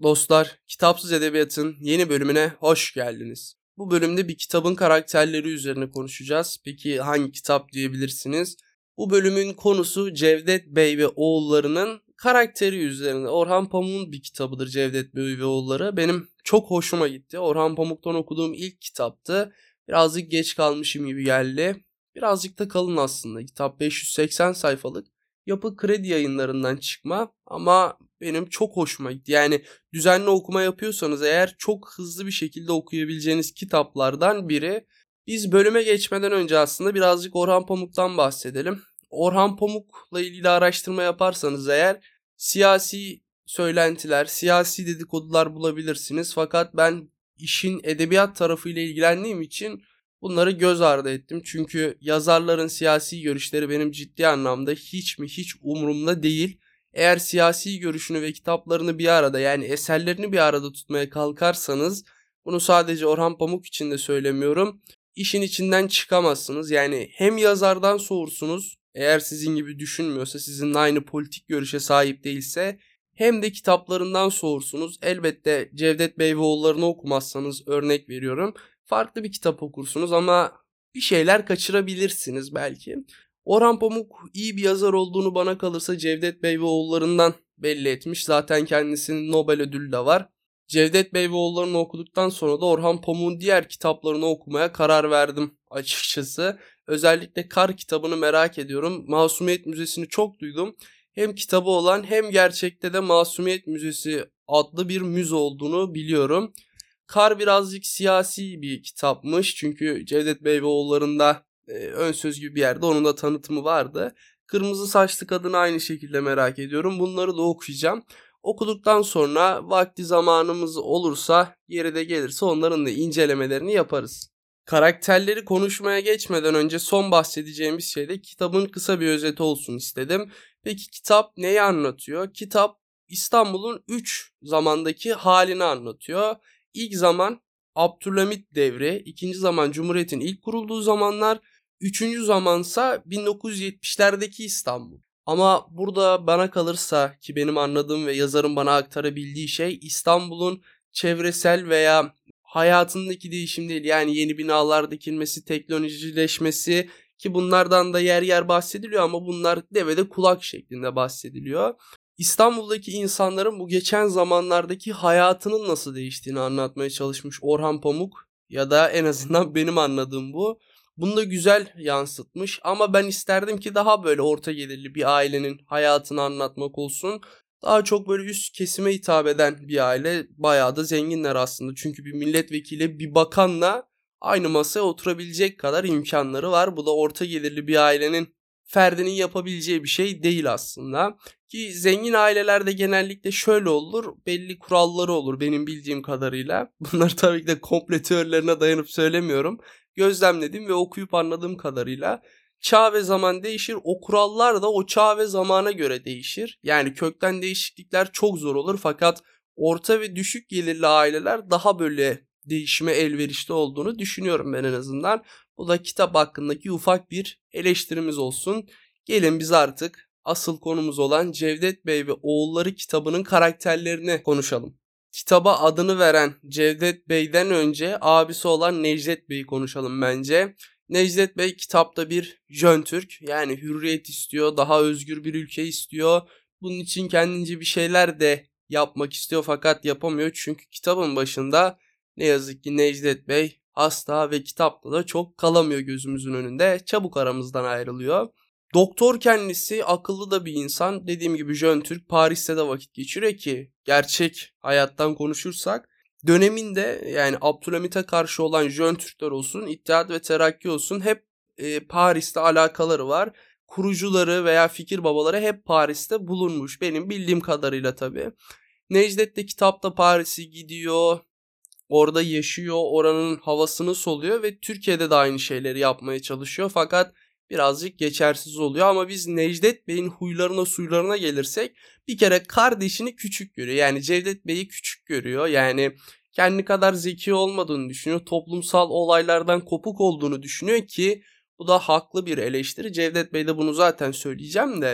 Dostlar, Kitapsız Edebiyat'ın yeni bölümüne hoş geldiniz. Bu bölümde bir kitabın karakterleri üzerine konuşacağız. Peki hangi kitap diyebilirsiniz? Bu bölümün konusu Cevdet Bey ve oğullarının karakteri üzerine. Orhan Pamuk'un bir kitabıdır Cevdet Bey ve oğulları. Benim çok hoşuma gitti. Orhan Pamuk'tan okuduğum ilk kitaptı. Birazcık geç kalmışım gibi geldi. Birazcık da kalın aslında. Kitap 580 sayfalık. Yapı Kredi Yayınlarından çıkma ama benim çok hoşuma gitti. Yani düzenli okuma yapıyorsanız eğer çok hızlı bir şekilde okuyabileceğiniz kitaplardan biri. Biz bölüme geçmeden önce aslında birazcık Orhan Pamuk'tan bahsedelim. Orhan Pamuk'la ilgili araştırma yaparsanız eğer siyasi söylentiler, siyasi dedikodular bulabilirsiniz. Fakat ben işin edebiyat tarafıyla ilgilendiğim için bunları göz ardı ettim. Çünkü yazarların siyasi görüşleri benim ciddi anlamda hiç umurumda değil. Eğer siyasi görüşünü ve kitaplarını bir arada yani eserlerini bir arada tutmaya kalkarsanız bunu sadece Orhan Pamuk için de söylemiyorum. İşin içinden çıkamazsınız. Yani hem yazardan soğursunuz eğer sizin gibi düşünmüyorsa, sizinle aynı politik görüşe sahip değilse hem de kitaplarından soğursunuz. Elbette Cevdet Bey ve oğullarını okumazsanız örnek veriyorum. Farklı bir kitap okursunuz ama bir şeyler kaçırabilirsiniz belki. Orhan Pamuk iyi bir yazar olduğunu bana kalırsa Cevdet Bey ve oğullarından belli etmiş. Zaten kendisinin Nobel ödülü de var. Cevdet Bey ve oğullarını okuduktan sonra da Orhan Pamuk'un diğer kitaplarını okumaya karar verdim açıkçası. Özellikle Kar kitabını merak ediyorum. Masumiyet Müzesi'ni çok duydum. Hem kitabı olan hem gerçekte de Masumiyet Müzesi adlı bir müze olduğunu biliyorum. Kar birazcık siyasi bir kitapmış. Çünkü Cevdet Bey ve oğullarında ön söz gibi bir yerde onun da tanıtımı vardı. Kırmızı Saçlı Kadını aynı şekilde merak ediyorum. Bunları da okuyacağım. Okuduktan sonra vakti zamanımız olursa, yeri de gelirse onların da incelemelerini yaparız. Karakterleri konuşmaya geçmeden önce son bahsedeceğimiz şey de kitabın kısa bir özeti olsun istedim. Peki kitap neyi anlatıyor? Kitap İstanbul'un 3 zamandaki halini anlatıyor. İlk zaman Abdülhamit devri, ikinci zaman Cumhuriyet'in ilk kurulduğu zamanlar, üçüncü zamansa 1970'lerdeki İstanbul. Ama burada bana kalırsa ki benim anladığım ve yazarın bana aktarabildiği şey İstanbul'un çevresel veya hayatındaki değişim değil. Yani yeni binalar dikilmesi, teknolojileşmesi ki bunlardan da yer yer bahsediliyor ama bunlar devede kulak şeklinde bahsediliyor. İstanbul'daki insanların bu geçen zamanlardaki hayatının nasıl değiştiğini anlatmaya çalışmış Orhan Pamuk ya da en azından benim anladığım bu. Bunu da güzel yansıtmış ama ben isterdim ki daha böyle orta gelirli bir ailenin hayatını anlatmak olsun. Daha çok böyle üst kesime hitap eden bir aile, bayağı da zenginler aslında. Çünkü bir milletvekili bir bakanla aynı masaya oturabilecek kadar imkanları var. Bu da orta gelirli bir ailenin ferdinin yapabileceği bir şey değil aslında. Ki zengin ailelerde genellikle şöyle olur, belli kuralları olur benim bildiğim kadarıyla. Bunları tabii ki de komple teorilerine dayanıp söylemiyorum. Gözlemlediğim ve okuyup anladığım kadarıyla çağ ve zaman değişir. O kurallar da o çağ ve zamana göre değişir. Yani kökten değişiklikler çok zor olur fakat orta ve düşük gelirli aileler daha böyle değişime elverişli olduğunu düşünüyorum ben en azından. Bu da kitap hakkındaki ufak bir eleştirimiz olsun. Gelin biz artık asıl konumuz olan Cevdet Bey ve Oğulları kitabının karakterlerini konuşalım. Kitaba adını veren Cevdet Bey'den önce abisi olan Necdet Bey'i konuşalım bence. Necdet Bey kitapta bir Jön Türk, yani hürriyet istiyor, daha özgür bir ülke istiyor. Bunun için kendince bir şeyler de yapmak istiyor fakat yapamıyor. Çünkü kitabın başında ne yazık ki Necdet Bey hasta ve kitapta da çok kalamıyor gözümüzün önünde. Çabuk aramızdan ayrılıyor. Doktor kendisi akıllı da bir insan. Dediğim gibi Jön Türk Paris'te de vakit geçiriyor ki gerçek hayattan konuşursak döneminde yani Abdülhamit'e karşı olan Jön Türkler olsun, İttihat ve Terakki olsun hep Paris'te alakaları var. Kurucuları veya fikir babaları hep Paris'te bulunmuş benim bildiğim kadarıyla tabii. Necdet de kitapta Paris'e gidiyor. Orada yaşıyor, oranın havasını soluyor ve Türkiye'de de aynı şeyleri yapmaya çalışıyor. Fakat birazcık geçersiz oluyor ama biz Necdet Bey'in huylarına suylarına gelirsek bir kere kardeşini küçük görüyor. Yani Cevdet Bey'i küçük görüyor. Yani kendi kadar zeki olmadığını düşünüyor. Toplumsal olaylardan kopuk olduğunu düşünüyor ki bu da haklı bir eleştiri. Cevdet Bey de bunu zaten söyleyeceğim de.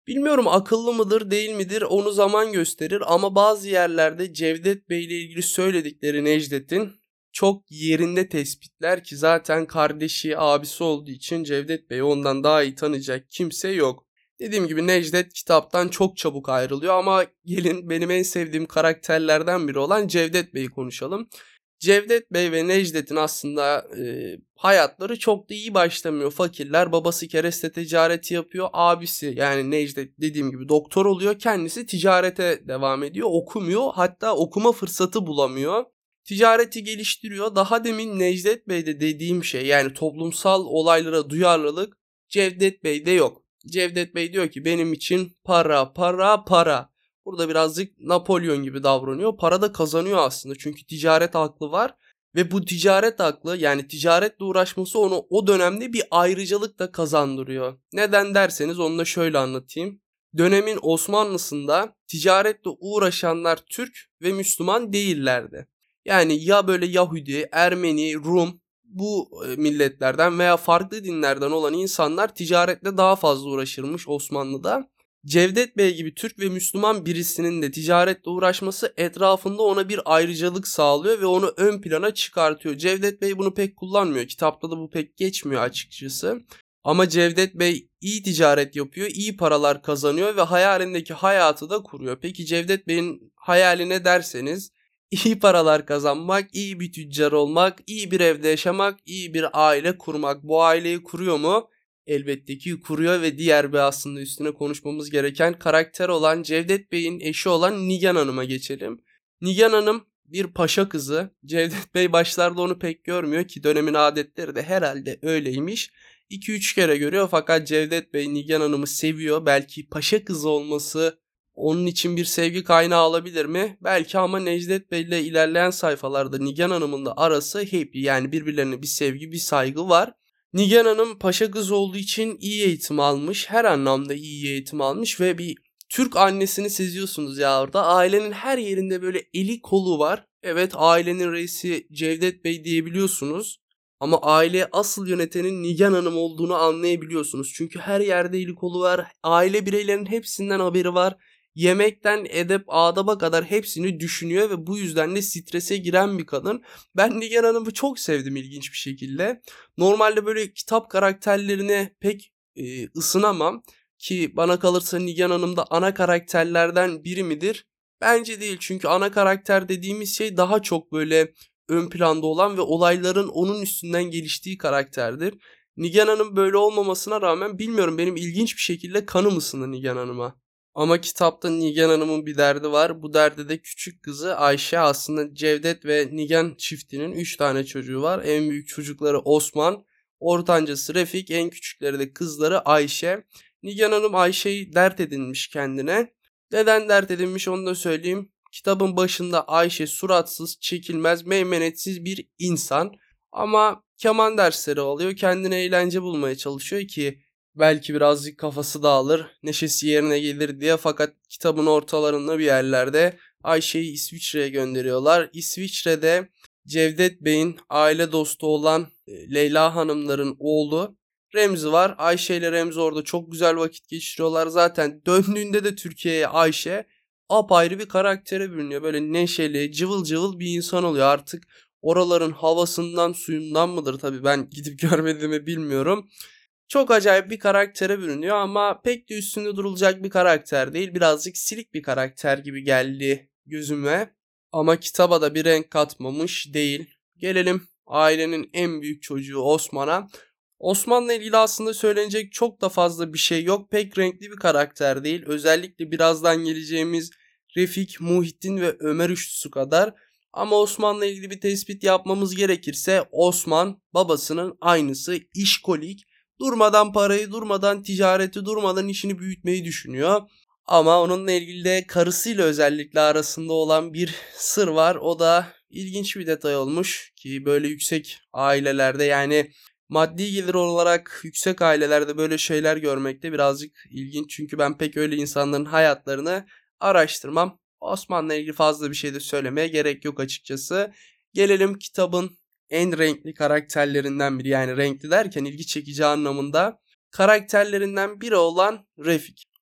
Bilmiyorum akıllı mıdır değil midir onu zaman gösterir ama bazı yerlerde Cevdet Bey ile ilgili söyledikleri Necdet'in çok yerinde tespitler ki zaten kardeşi abisi olduğu için Cevdet Bey'i ondan daha iyi tanıyacak kimse yok. Dediğim gibi Necdet kitaptan çok çabuk ayrılıyor ama gelin benim en sevdiğim karakterlerden biri olan Cevdet Bey'i konuşalım. Cevdet Bey ve Necdet'in aslında hayatları çok da iyi başlamıyor. Fakirler, babası kereste ticareti yapıyor. Abisi yani Necdet dediğim gibi doktor oluyor. Kendisi ticarete devam ediyor. Okumuyor. Hatta okuma fırsatı bulamıyor. Ticareti geliştiriyor. Daha demin Necdet Bey'de dediğim şey yani toplumsal olaylara duyarlılık Cevdet Bey'de yok. Cevdet Bey diyor ki benim için para, para, para. Burada birazcık Napolyon gibi davranıyor. Para da kazanıyor aslında çünkü ticaret aklı var. Ve bu ticaret aklı yani ticaretle uğraşması onu o dönemde bir ayrıcalık da kazandırıyor. Neden derseniz onu da şöyle anlatayım. Dönemin Osmanlısında ticaretle uğraşanlar Türk ve Müslüman değillerdi. Yani ya böyle Yahudi, Ermeni, Rum bu milletlerden veya farklı dinlerden olan insanlar ticaretle daha fazla uğraşırmış Osmanlı'da. Cevdet Bey gibi Türk ve Müslüman birisinin de ticaretle uğraşması etrafında ona bir ayrıcalık sağlıyor ve onu ön plana çıkartıyor. Cevdet Bey bunu pek kullanmıyor. Kitapta da bu pek geçmiyor açıkçası. Ama Cevdet Bey iyi ticaret yapıyor, iyi paralar kazanıyor ve hayalindeki hayatı da kuruyor. Peki Cevdet Bey'in hayali ne derseniz iyi paralar kazanmak, iyi bir tüccar olmak, iyi bir evde yaşamak, iyi bir aile kurmak. Bu aileyi kuruyor mu? Elbette ki kuruyor ve diğer bir aslında üstüne konuşmamız gereken karakter olan Cevdet Bey'in eşi olan Nigan Hanım'a geçelim. Nigan Hanım bir paşa kızı. Cevdet Bey başlarda onu pek görmüyor ki dönemin adetleri de herhalde öyleymiş. 2-3 kere görüyor fakat Cevdet Bey Nigan Hanım'ı seviyor. Belki paşa kızı olması onun için bir sevgi kaynağı olabilir mi? Belki ama Necdet Bey ile ilerleyen sayfalarda Nigan Hanım'ın da arası hep yani birbirlerine bir sevgi, bir saygı var. Nigan Hanım paşa kız olduğu için iyi eğitim almış. Her anlamda iyi eğitim almış ve bir Türk annesini seziyorsunuz ya orada. Ailenin her yerinde böyle eli kolu var. Evet ailenin reisi Cevdet Bey diyebiliyorsunuz. Ama aile asıl yönetenin Nigan Hanım olduğunu anlayabiliyorsunuz. Çünkü her yerde eli kolu var. Aile bireylerinin hepsinden haberi var. Yemekten edep adaba kadar hepsini düşünüyor ve bu yüzden de strese giren bir kadın. Ben Nigan Hanım'ı çok sevdim ilginç bir şekilde. Normalde böyle kitap karakterlerine pek ısınamam ki bana kalırsa Nigan Hanım da ana karakterlerden biri midir? Bence değil çünkü ana karakter dediğimiz şey daha çok böyle ön planda olan ve olayların onun üstünden geliştiği karakterdir. Nigan Hanım böyle olmamasına rağmen bilmiyorum benim ilginç bir şekilde kanım ısındı Nigan Hanım'a. Ama kitapta Nigan Hanım'ın bir derdi var. Bu derde de küçük kızı Ayşe aslında Cevdet ve Nigan çiftinin 3 tane çocuğu var. En büyük çocukları Osman, ortancası Refik, en küçükleri de kızları Ayşe. Nigan Hanım Ayşe'yi dert edinmiş kendine. Neden dert edinmiş onu da söyleyeyim. Kitabın başında Ayşe suratsız, çekilmez, meymenetsiz bir insan. Ama keman dersleri alıyor. Kendine eğlence bulmaya çalışıyor ki belki birazcık kafası dağılır, neşesi yerine gelir diye fakat kitabın ortalarında bir yerlerde Ayşe'yi İsviçre'ye gönderiyorlar. İsviçre'de Cevdet Bey'in aile dostu olan Leyla Hanımların oğlu Remzi var. Ayşe ile Remzi orada çok güzel vakit geçiriyorlar. Zaten döndüğünde de Türkiye'ye Ayşe apayrı bir karaktere bürünüyor. Böyle neşeli, cıvıl cıvıl bir insan oluyor artık. Oraların havasından, suyundan mıdır tabii ben gidip görmediğimi bilmiyorum. Çok acayip bir karaktere bürünüyor ama pek de üstünde durulacak bir karakter değil. Birazcık silik bir karakter gibi geldi gözüme. Ama kitaba da bir renk katmamış değil. Gelelim ailenin en büyük çocuğu Osman'a. Osman'la ilgili aslında söylenecek çok da fazla bir şey yok. Pek renkli bir karakter değil. Özellikle birazdan geleceğimiz Refik, Muhittin ve Ömer üçlüsü kadar. Ama Osman'la ilgili bir tespit yapmamız gerekirse Osman babasının aynısı, işkolik. Durmadan parayı, durmadan ticareti, durmadan işini büyütmeyi düşünüyor. Ama onunla ilgili de karısıyla özellikle arasında olan bir sır var. O da ilginç bir detay olmuş ki böyle yüksek ailelerde yani maddi gelir olarak yüksek ailelerde böyle şeyler görmekte birazcık ilginç. Çünkü ben pek öyle insanların hayatlarını araştırmam. Osman'la ilgili fazla bir şey de söylemeye gerek yok açıkçası. Gelelim kitabın en renkli karakterlerinden biri yani renkli derken ilgi çekici anlamında karakterlerinden biri olan Refik.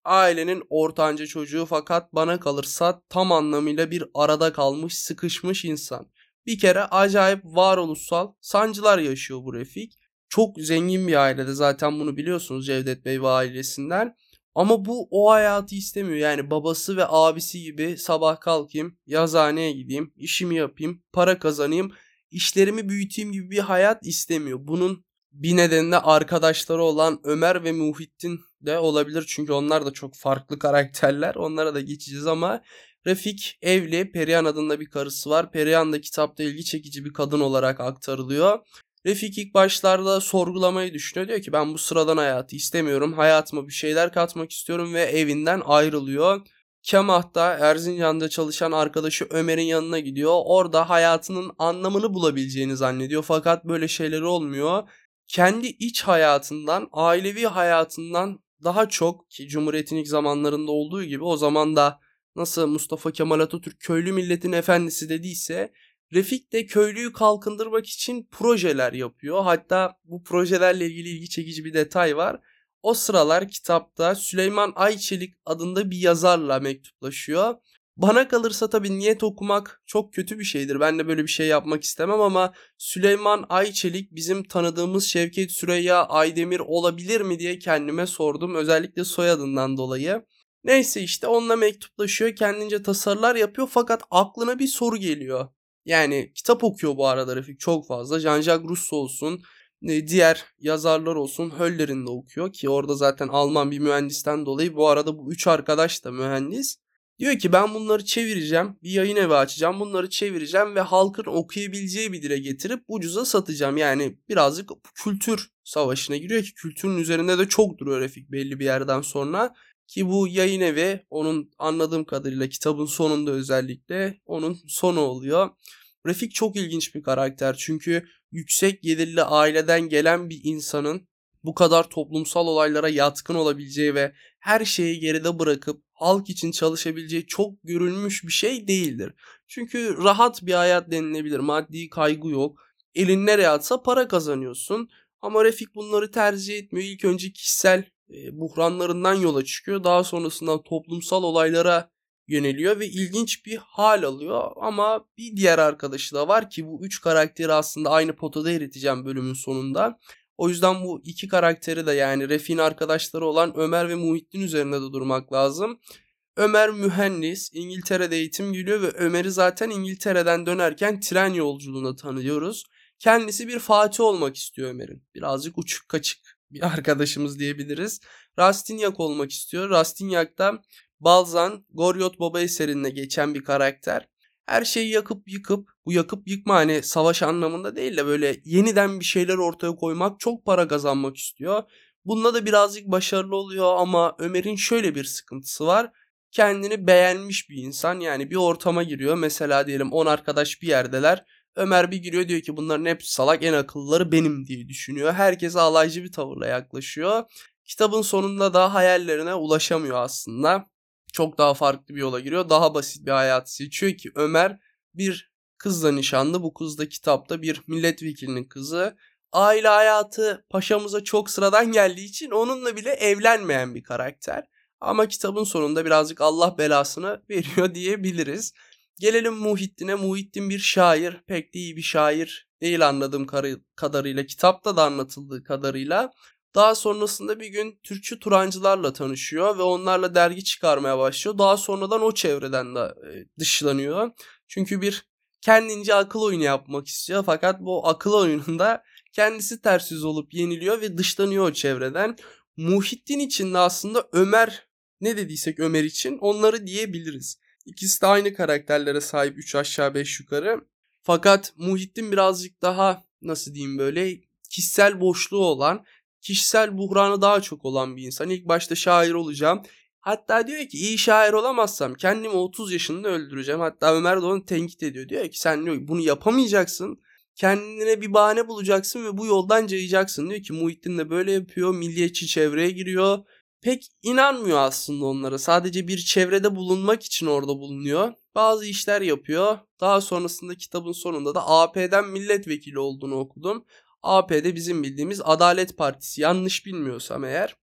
Ailenin ortanca çocuğu fakat bana kalırsa tam anlamıyla bir arada kalmış, sıkışmış insan. Bir kere acayip varoluşsal sancılar yaşıyor bu Refik. Çok zengin bir ailede, zaten bunu biliyorsunuz Cevdet Bey ve ailesinden. Ama bu o hayatı istemiyor. Yani babası ve abisi gibi sabah kalkayım, yazıhaneye gideyim, işimi yapayım, para kazanayım, işlerimi büyüteyim gibi bir hayat istemiyor. Bunun bir nedeni de arkadaşları olan Ömer ve Muhittin de olabilir. Çünkü onlar da çok farklı karakterler. Onlara da geçeceğiz ama Refik evli, Perihan adında bir karısı var. Perihan da kitapta ilgi çekici bir kadın olarak aktarılıyor. Refik ilk başlarda sorgulamayı düşünüyor. Diyor ki ben bu sıradan hayatı istemiyorum. Hayatıma bir şeyler katmak istiyorum ve evinden ayrılıyor. Kemah'ta Erzincan'da çalışan arkadaşı Ömer'in yanına gidiyor. Orada hayatının anlamını bulabileceğini zannediyor. Fakat böyle şeyler olmuyor. Kendi iç hayatından, ailevi hayatından daha çok, ki Cumhuriyet'in ilk zamanlarında olduğu gibi, o zaman da nasıl Mustafa Kemal Atatürk köylü milletin efendisi dediyse, Refik de köylüyü kalkındırmak için projeler yapıyor. Hatta bu projelerle ilgili ilgi çekici bir detay var. O sıralar kitapta Süleyman Ayçelik adında bir yazarla mektuplaşıyor. Bana kalırsa tabii niyet okumak çok kötü bir şeydir. Ben de böyle bir şey yapmak istemem ama Süleyman Ayçelik bizim tanıdığımız Şevket Süreyya Aydemir olabilir mi diye kendime sordum. Özellikle soyadından dolayı. Neyse işte onunla mektuplaşıyor, kendince tasarılar yapıyor fakat aklına bir soru geliyor. Yani kitap okuyor bu arada Refik çok fazla. Jean-Jacques Rousseau olsun, diğer yazarlar olsun, Hölder'in de okuyor ki orada zaten Alman bir mühendisten dolayı, bu arada bu üç arkadaş da mühendis. Diyor ki ben bunları çevireceğim, bir yayın evi açacağım, bunları çevireceğim ve halkın okuyabileceği bir dile getirip ucuza satacağım. Yani birazcık kültür savaşına giriyor ki kültürün üzerinde de çok duruyor Refik belli bir yerden sonra. Ki bu yayın evi onun anladığım kadarıyla kitabın sonunda özellikle onun sonu oluyor. Refik çok ilginç bir karakter çünkü yüksek gelirli aileden gelen bir insanın bu kadar toplumsal olaylara yatkın olabileceği ve her şeyi geride bırakıp halk için çalışabileceği çok görülmüş bir şey değildir. Çünkü rahat bir hayat denilebilir. Maddi kaygı yok. Elin nereye atsa para kazanıyorsun. Ama Refik bunları tercih etmiyor. İlk önce kişisel buhranlarından yola çıkıyor. Daha sonrasında toplumsal olaylara yöneliyor ve ilginç bir hal alıyor. Ama bir diğer arkadaşı da var ki bu üç karakteri aslında aynı potada eriteceğim bölümün sonunda. O yüzden bu iki karakteri de, yani Refik'in arkadaşları olan Ömer ve Muhittin üzerinde de durmak lazım. Ömer mühendis, İngiltere'de eğitim görüyor ve Ömer'i zaten İngiltere'den dönerken tren yolculuğunda tanıyoruz. Kendisi bir Fatih olmak istiyor Ömer'in. Birazcık uçuk kaçık bir arkadaşımız diyebiliriz. Rastignac olmak istiyor. Rastignac da Balzac, Goryot Baba eserinde geçen bir karakter. Her şeyi yakıp yıkıp, bu yakıp yıkma hani savaş anlamında değil de böyle yeniden bir şeyler ortaya koymak, çok para kazanmak istiyor. Bununla da birazcık başarılı oluyor ama Ömer'in şöyle bir sıkıntısı var. Kendini beğenmiş bir insan, yani bir ortama giriyor. Mesela diyelim 10 arkadaş bir yerdeler. Ömer bir giriyor, diyor ki bunların hepsi salak, en akıllıları benim diye düşünüyor. Herkese alaycı bir tavırla yaklaşıyor. Kitabın sonunda da hayallerine ulaşamıyor aslında. Çok daha farklı bir yola giriyor. Daha basit bir hayat seçiyor ki Ömer bir kızla nişanlı. Bu kız da kitapta bir milletvekilinin kızı. Aile hayatı paşamıza çok sıradan geldiği için onunla bile evlenmeyen bir karakter. Ama kitabın sonunda birazcık Allah belasını veriyor diyebiliriz. Gelelim Muhittin'e. Muhittin bir şair. Pek de iyi bir şair değil anladığım kadarıyla. Kitapta da anlatıldığı kadarıyla. Daha sonrasında bir gün Türkçü Turancılarla tanışıyor ve onlarla dergi çıkarmaya başlıyor. Daha sonradan o çevreden de dışlanıyor. Çünkü bir kendince akıl oyunu yapmak istiyor. Fakat bu akıl oyununda kendisi ters yüz olup yeniliyor ve dışlanıyor o çevreden. Muhittin için de aslında Ömer, ne dediysek Ömer için onları diyebiliriz. İkisi de aynı karakterlere sahip, 3 aşağı 5 yukarı. Fakat Muhittin birazcık daha nasıl diyeyim, böyle kişisel boşluğu olan, kişisel buhranı daha çok olan bir insan. İlk başta şair olacağım. Hatta diyor ki iyi şair olamazsam kendimi 30 yaşında öldüreceğim. Hatta Ömer de onu tenkit ediyor. Diyor ki sen diyor, bunu yapamayacaksın. Kendine bir bahane bulacaksın ve bu yoldan cayacaksın. Diyor ki Muhittin de böyle yapıyor. Milliyetçi çevreye giriyor. Pek inanmıyor aslında onlara. Sadece bir çevrede bulunmak için orada bulunuyor. Bazı işler yapıyor. Daha sonrasında kitabın sonunda da AP'den milletvekili olduğunu okudum. AP'de bizim bildiğimiz Adalet Partisi, yanlış bilmiyorsam eğer.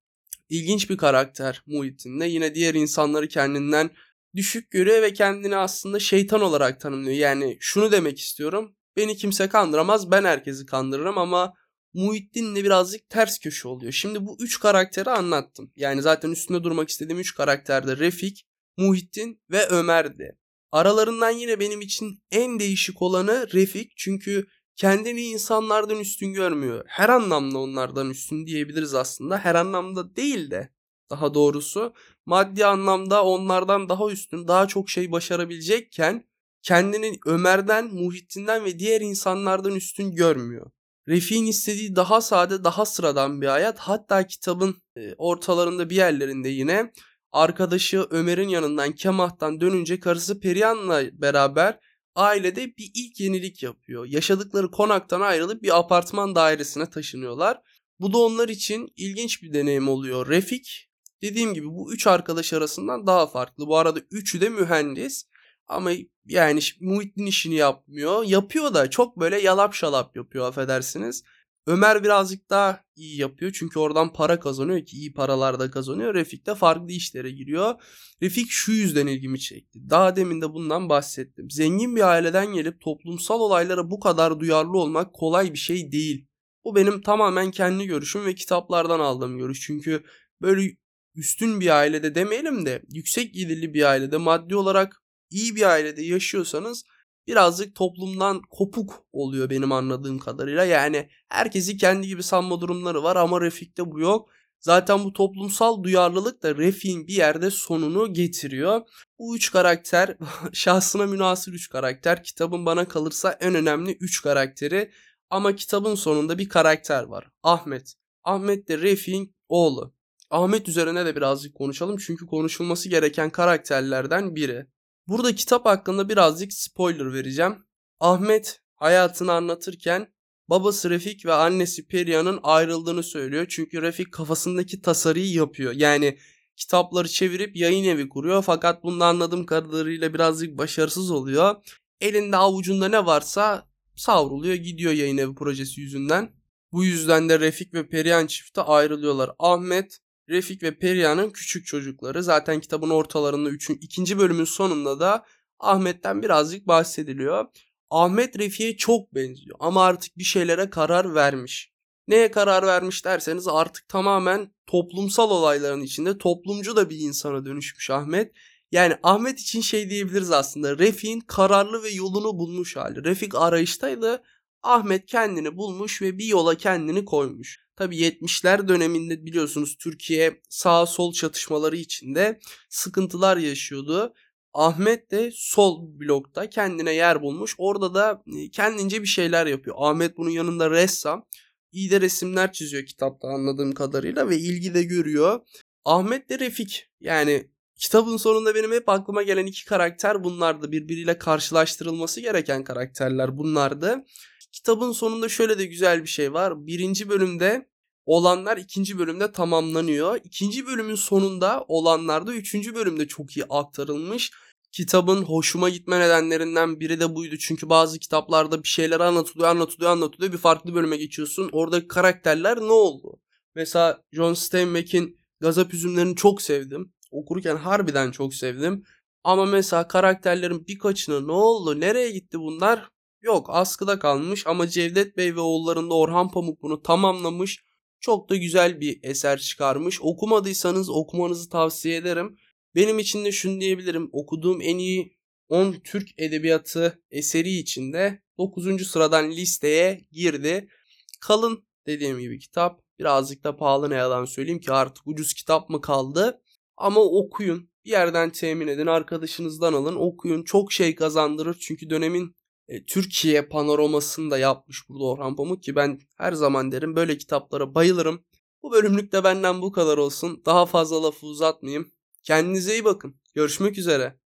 ilginç bir karakter Muhittin de. Yine diğer insanları kendinden düşük görüyor ve kendini aslında şeytan olarak tanımlıyor. Yani şunu demek istiyorum. Beni kimse kandıramaz, ben herkesi kandırırım ama Muhittin de birazcık ters köşe oluyor. Şimdi bu 3 karakteri anlattım. Yani zaten üstünde durmak istediğim 3 karakter de Refik, Muhittin ve Ömer'di. Aralarından yine benim için en değişik olanı Refik. Çünkü kendini insanlardan üstün görmüyor. Her anlamda onlardan üstün diyebiliriz aslında. Her anlamda değil de daha doğrusu maddi anlamda onlardan daha üstün, daha çok şey başarabilecekken kendini Ömer'den, Muhittin'den ve diğer insanlardan üstün görmüyor. Refik'in istediği daha sade, daha sıradan bir hayat. Hatta kitabın ortalarında bir yerlerinde yine arkadaşı Ömer'in yanından Kemah'tan dönünce karısı Perihan'la beraber ailede bir ilk yenilik yapıyor. Yaşadıkları konaktan ayrılıp bir apartman dairesine taşınıyorlar. Bu da onlar için ilginç bir deneyim oluyor. Refik dediğim gibi bu 3 arkadaş arasından daha farklı. Bu arada üçü de mühendis. Ama yani Muhittin işini yapmıyor. Yapıyor da çok böyle yalap şalap yapıyor, affedersiniz. Ömer birazcık daha iyi yapıyor. Çünkü oradan para kazanıyor ki iyi paralar da kazanıyor. Refik de farklı işlere giriyor. Refik şu yüzden ilgimi çekti. Daha demin de bundan bahsettim. Zengin bir aileden gelip toplumsal olaylara bu kadar duyarlı olmak kolay bir şey değil. Bu benim tamamen kendi görüşüm ve kitaplardan aldığım görüş. Çünkü böyle üstün bir ailede demeyelim de yüksek gelirli bir ailede, maddi olarak iyi bir ailede yaşıyorsanız birazcık toplumdan kopuk oluyor benim anladığım kadarıyla. Yani herkesi kendi gibi sanma durumları var ama Refik'te bu yok. Zaten bu toplumsal duyarlılık da Refik'in bir yerde sonunu getiriyor. Bu 3 karakter şahsına münhasır 3 karakter. Kitabın bana kalırsa en önemli 3 karakteri. Ama kitabın sonunda bir karakter var. Ahmet. Ahmet de Refik'in oğlu. Ahmet üzerine de birazcık konuşalım çünkü konuşulması gereken karakterlerden biri. Burada kitap hakkında birazcık spoiler vereceğim. Ahmet hayatını anlatırken babası Refik ve annesi Perihan'ın ayrıldığını söylüyor. Çünkü Refik kafasındaki tasarıyı yapıyor. Yani kitapları çevirip yayın evi kuruyor. Fakat bunda anladığım kadarıyla birazcık başarısız oluyor. Elinde avucunda ne varsa savruluyor gidiyor yayın evi projesi yüzünden. Bu yüzden de Refik ve Perihan çifti ayrılıyorlar. Ahmet, Refik ve Perihan'ın küçük çocukları. Zaten kitabın ortalarında 2. bölümün sonunda da Ahmet'ten birazcık bahsediliyor. Ahmet Refik'e çok benziyor ama artık bir şeylere karar vermiş. Neye karar vermiş derseniz artık tamamen toplumsal olayların içinde toplumcu da bir insana dönüşmüş Ahmet. Yani Ahmet için şey diyebiliriz aslında. Refik'in kararlı ve yolunu bulmuş hali. Refik arayıştaydı. Ahmet kendini bulmuş ve bir yola kendini koymuş. Tabii 70'ler döneminde biliyorsunuz Türkiye sağ sol çatışmaları içinde sıkıntılar yaşıyordu. Ahmet de sol blokta kendine yer bulmuş. Orada da kendince bir şeyler yapıyor. Ahmet bunun yanında ressam. İyi de resimler çiziyor kitapta anladığım kadarıyla ve ilgi de görüyor. Ahmet de Refik. Yani kitabın sonunda benim hep aklıma gelen 2 karakter bunlardı. Birbiriyle karşılaştırılması gereken karakterler bunlardı. Kitabın sonunda şöyle de güzel bir şey var. 1. bölümde olanlar 2. bölümde tamamlanıyor. 2. bölümün sonunda olanlar da 3. bölümde çok iyi aktarılmış. Kitabın hoşuma gitme nedenlerinden biri de buydu. Çünkü bazı kitaplarda bir şeyler anlatılıyor. Bir farklı bölüme geçiyorsun. Oradaki karakterler ne oldu? Mesela John Steinbeck'in Gazap Üzümlerini çok sevdim. Okurken harbiden çok sevdim. Ama mesela karakterlerin birkaçına ne oldu? Nereye gitti bunlar? Yok, askıda kalmış ama Cevdet Bey ve oğullarında Orhan Pamuk bunu tamamlamış. Çok da güzel bir eser çıkarmış. Okumadıysanız okumanızı tavsiye ederim. Benim için de şunu diyebilirim. Okuduğum en iyi 10 Türk edebiyatı eseri içinde 9. sıradan listeye girdi. Kalın dediğim gibi kitap. Birazcık da pahalı, ne yalan söyleyeyim ki artık ucuz kitap mı kaldı? Ama okuyun. Bir yerden temin edin, arkadaşınızdan alın, okuyun. Çok şey kazandırır çünkü dönemin Türkiye panoramasını da yapmış burada Orhan Pamuk ki ben her zaman derim böyle kitaplara bayılırım. Bu bölümlük de benden bu kadar olsun. Daha fazla lafı uzatmayayım. Kendinize iyi bakın. Görüşmek üzere.